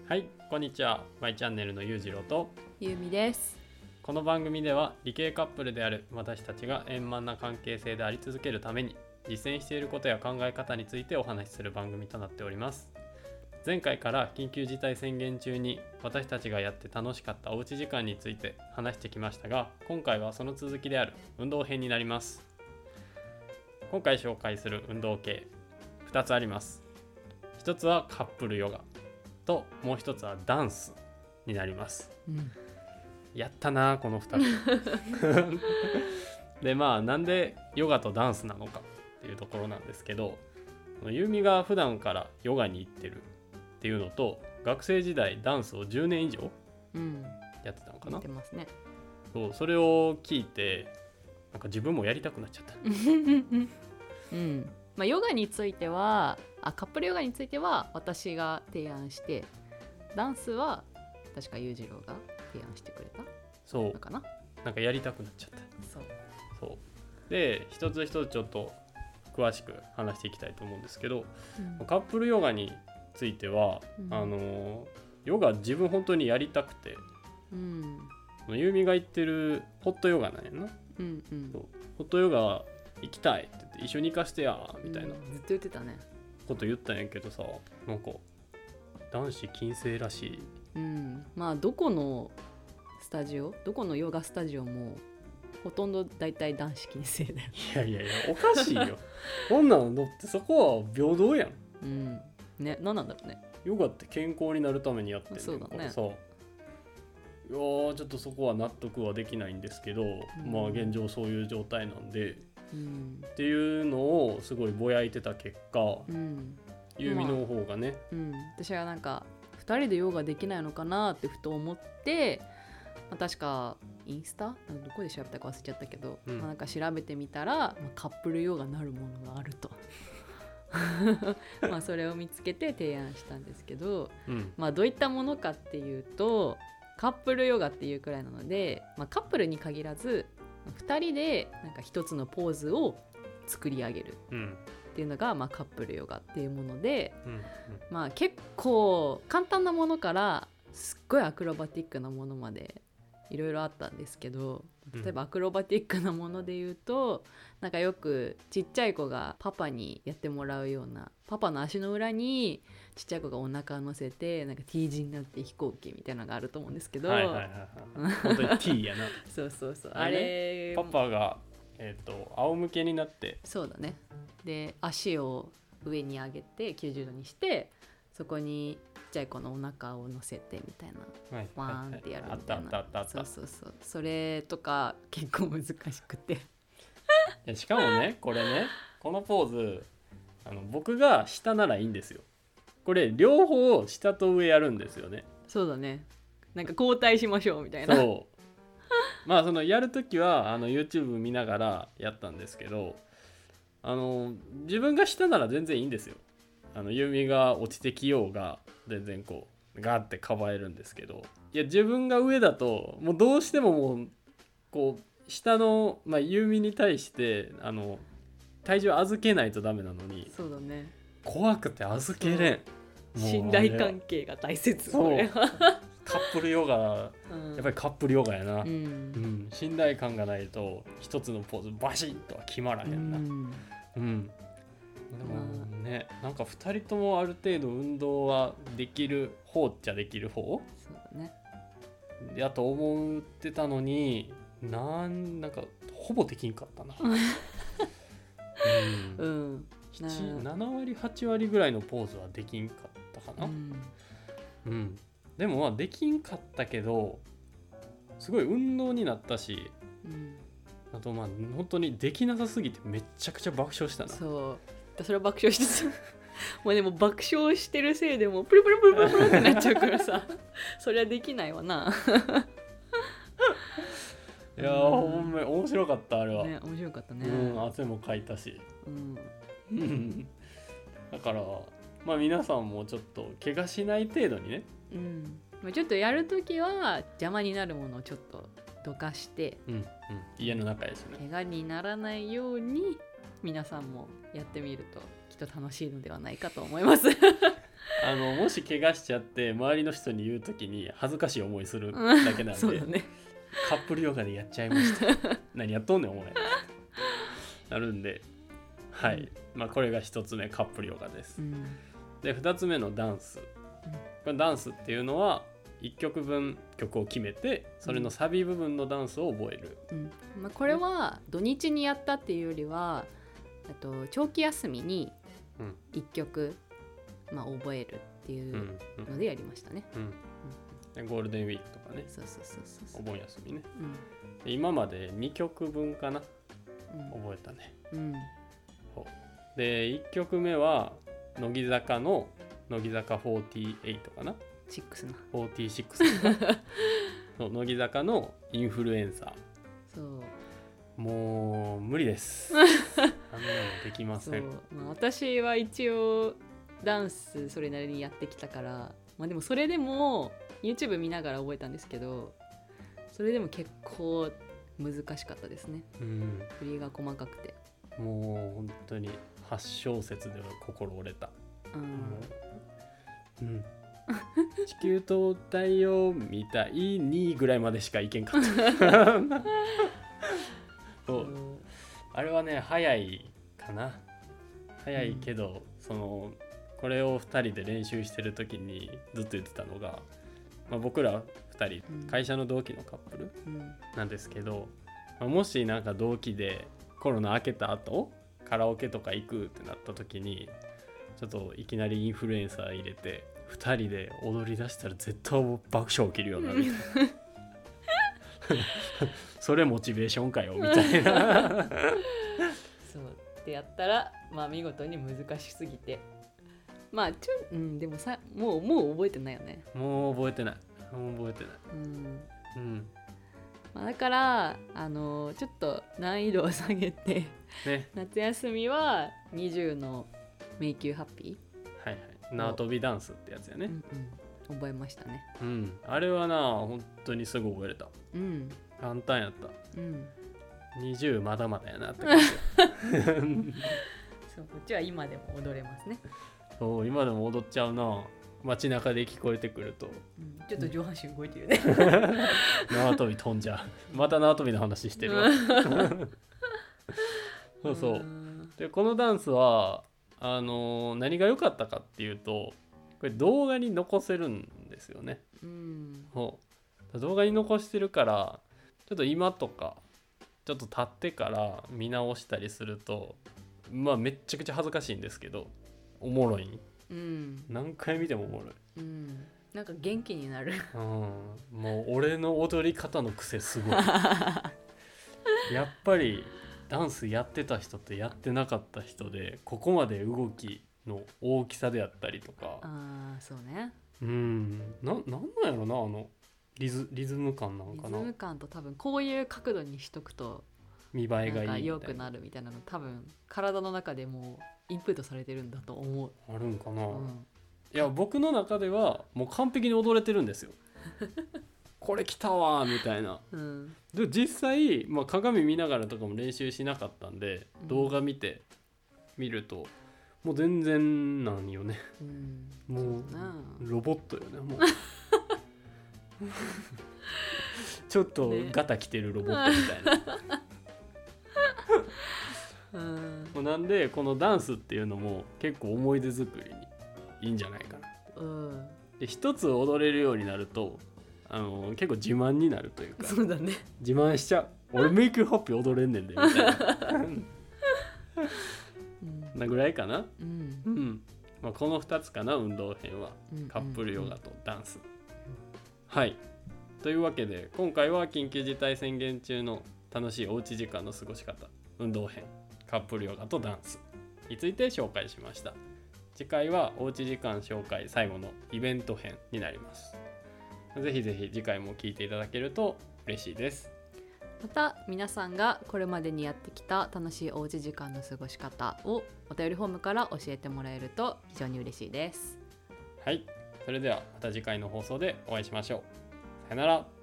はい、こんにちは。マイチャンネルのゆうじろうとゆうみです。 この番組では理系カップルである私たちが円満な関係性であり続けるために実践していることや考え方についてお話しする番組となっております。前回から緊急事態宣言中に私たちがやって楽しかったおうち時間について話してきましたが、今回はその続きである運動編になります。今回紹介する運動系2つあります。1つはカップルヨガともう1つはダンスになります。やったなこの2つでなんでヨガとダンスなのかっていうところなんですけど、ゆうみが普段からヨガに行ってるっていうのと、学生時代ダンスを10年以上やってたのかな、 やってますね。 それを聞いてなんか自分もやりたくなっちゃったヨガについてはカップルヨガについては私が提案して、ダンスは確か裕次郎が提案してくれたのかな。 なんかやりたくなっちゃった。そうで、一つ一つちょっと詳しく話していきたいと思うんですけど、カップルヨガについては、ヨガ自分本当にやりたくて、ゆうみが言ってるホットヨガなんやな、ホットヨガ行きたいって言って一緒に行かせてやみたいな、 ずっと言ってたねこと言ったんやけどさ、なんか男子禁制らしい。 どこのスタジオ、どこのヨガスタジオもほとんど大体男子禁制だよ。 いやおかしいよこんなのだってそこは平等やん。 ね、何なんだろうね。 ヨガって健康になるためにやってるんだからさ、いやちょっとそこは納得はできないんですけど、現状そういう状態なんで、っていうのをすごいぼやいてた結果、ゆうみの方がね、 私はなんか2人でヨガできないのかなってふと思って、確かインスタどこで調べたか忘れちゃったけど、なんか調べてみたら、カップルヨガなるものがあるとそれを見つけて提案したんですけど、どういったものかっていうと、カップルヨガっていうくらいなので、カップルに限らず2人でなんか一つのポーズを作り上げるっていうのが、カップルヨガっていうもので、結構簡単なものからすっごいアクロバティックなものまでいろいろあったんですけど、例えばアクロバティックなもので言うと、なんかよくちっちゃい子がパパにやってもらうような、パパの足の裏にちっちゃい子がお腹を乗せてなんか T 字になって飛行機みたいなのがあると思うんですけど、 本当に T やなそうあれパパが仰向けになって、 そうだね、で足を上に上げて90度にして、そこにちっちゃい子のお腹を乗せてみたいな、ワーンってやるみたいな、それとか結構難しくてしかもね、これね、このポーズ僕が下ならいいんですよ。これ両方下と上やるんですよね。 そうだね、なんか交代しましょうみたいな。 そうそのやるときはYouTube 見ながらやったんですけど、自分が下なら全然いいんですよ。ゆみが落ちてきようが全然こうガーってかばえるんですけど、いや自分が上だともうどうしてももうこう下の、ゆみに対して体重預けないとダメなのに、 そうだね、 怖くて預けれん。 信頼関係が大切。 そうカップルヨガ、やっぱりカップルヨガやな、信頼感がないと一つのポーズバシッとは決まらへんな。でもね、なんか2人ともある程度運動はできる方っちゃできる方、 そうだね、 やと思ってたのに、なんかほぼできんかったな7割8割ぐらいのポーズはできんかったかな。でもできんかったけどすごい運動になったし、あと本当にできなさすぎてめっちゃくちゃ爆笑したな。 それは爆笑してたもうでも爆笑してるせいでもうプルプルプルプルプルってなっちゃうからさそれはできないわないやほんまに面白かった。あれはね、面白かったね。 汗もかいたし、だから皆さんもちょっと怪我しない程度にね、 ちょっとやるときは邪魔になるものをちょっとどかして、 家の中やしね、 怪我にならないように皆さんもやってみるときっと楽しいのではないかと思いますもし怪我しちゃって周りの人に言うときに恥ずかしい思いするだけなんで、 そうだね、 カップルヨガでやっちゃいました何やっとんねんお前なるんで、はい、まあこれが1つ目カップルヨガです、で2つ目のダンス、これダンスっていうのは1曲分曲を決めてそれのサビ部分のダンスを覚える、 まあ、これは土日にやったっていうよりは長期休みに1曲、まあ、覚えるっていうのでやりましたね、 ゴールデンウィークとかね、 そうお盆休みね、で今まで2曲分かな、覚えたね、で1曲目は乃木坂の乃木坂48かな46そう乃木坂のインフルエンサー、そうもう無理ですあんなのできません。 まあ、私は一応ダンスそれなりにやってきたから、まあ、でもそれでも YouTube 見ながら覚えたんですけど、それでも結構難しかったですね、振りが細かくてもう本当に8小節では心折れた、地球と太陽みたいにぐらいまでしかいけんかったそうあれはね早いかな、早いけど、これを2人で練習してる時にずっと言ってたのが、まあ、僕ら2人会社の同期のカップルなんですけど、もしなんか同期でコロナ明けた後カラオケとか行くってなった時にちょっといきなりインフルエンサー入れて2人で踊り出したら絶対爆笑起きるよなみたいなそれモチベーションかよみたいなそうってやったら、まあ見事に難しすぎて、まあでもさもう覚えてないよね。 もう覚えてないまあ、だからちょっと難易度を下げて、ね、夏休みは20の迷宮ハッピー、縄跳びダンスってやつやね、 覚えましたね、 あれはな本当にすぐ覚えれた、簡単やった、20まだまだやなって感じそうこっちは今でも踊れますね。 そう今でも踊っちゃうな、街中で聞こえてくると、 ちょっと上半身動いてるね縄跳び飛んじゃう、また縄跳びの話してるわそうでこのダンスは何が良かったかっていうと、これ動画に残せるんですよね、動画に残してるからちょっと今とかちょっと経ってから見直したりすると、まあめっちゃくちゃ恥ずかしいんですけどおもろい、何回見てもおもろい、 なんか元気になるもう俺の踊り方の癖すごいやっぱりダンスやってた人とやってなかった人でここまで動きの大きさであったりとか、 そうね、 なんなんやろな、リズム感なんかな、 リズム感と多分こういう角度にしとくと見栄えがいいみたいな、 良くなるみたいなの多分体の中でもうインプットされてるんだと思う。 あるんかな、いや僕の中ではもう完璧に踊れてるんですよこれ来たわみたいな、で実際、まあ、鏡見ながらとかも練習しなかったんで、動画見るともう全然なんよね、もうロボットよねもうちょっとガタきてるロボットみたいな、なんでこのダンスっていうのも結構思い出作りにいいんじゃないかな、で一つ踊れるようになると結構自慢になるというか、 そうだね、 自慢しちゃう、俺メイクハッピー踊れんねんでみたいななぐらいかな、まあ、この2つかな、運動編は、カップルヨガとダンス、はいというわけで今回は緊急事態宣言中の楽しいおうち時間の過ごし方、運動編、カップルヨガとダンスについて紹介しました。次回はおうち時間紹介最後のイベント編になります。ぜひぜひ次回も聞いていただけると嬉しいです。 また皆さんがこれまでにやってきた楽しいおうち時間の過ごし方をお便りフォームから教えてもらえると非常に嬉しいです。 はい、それではまた次回の放送でお会いしましょう。さよなら。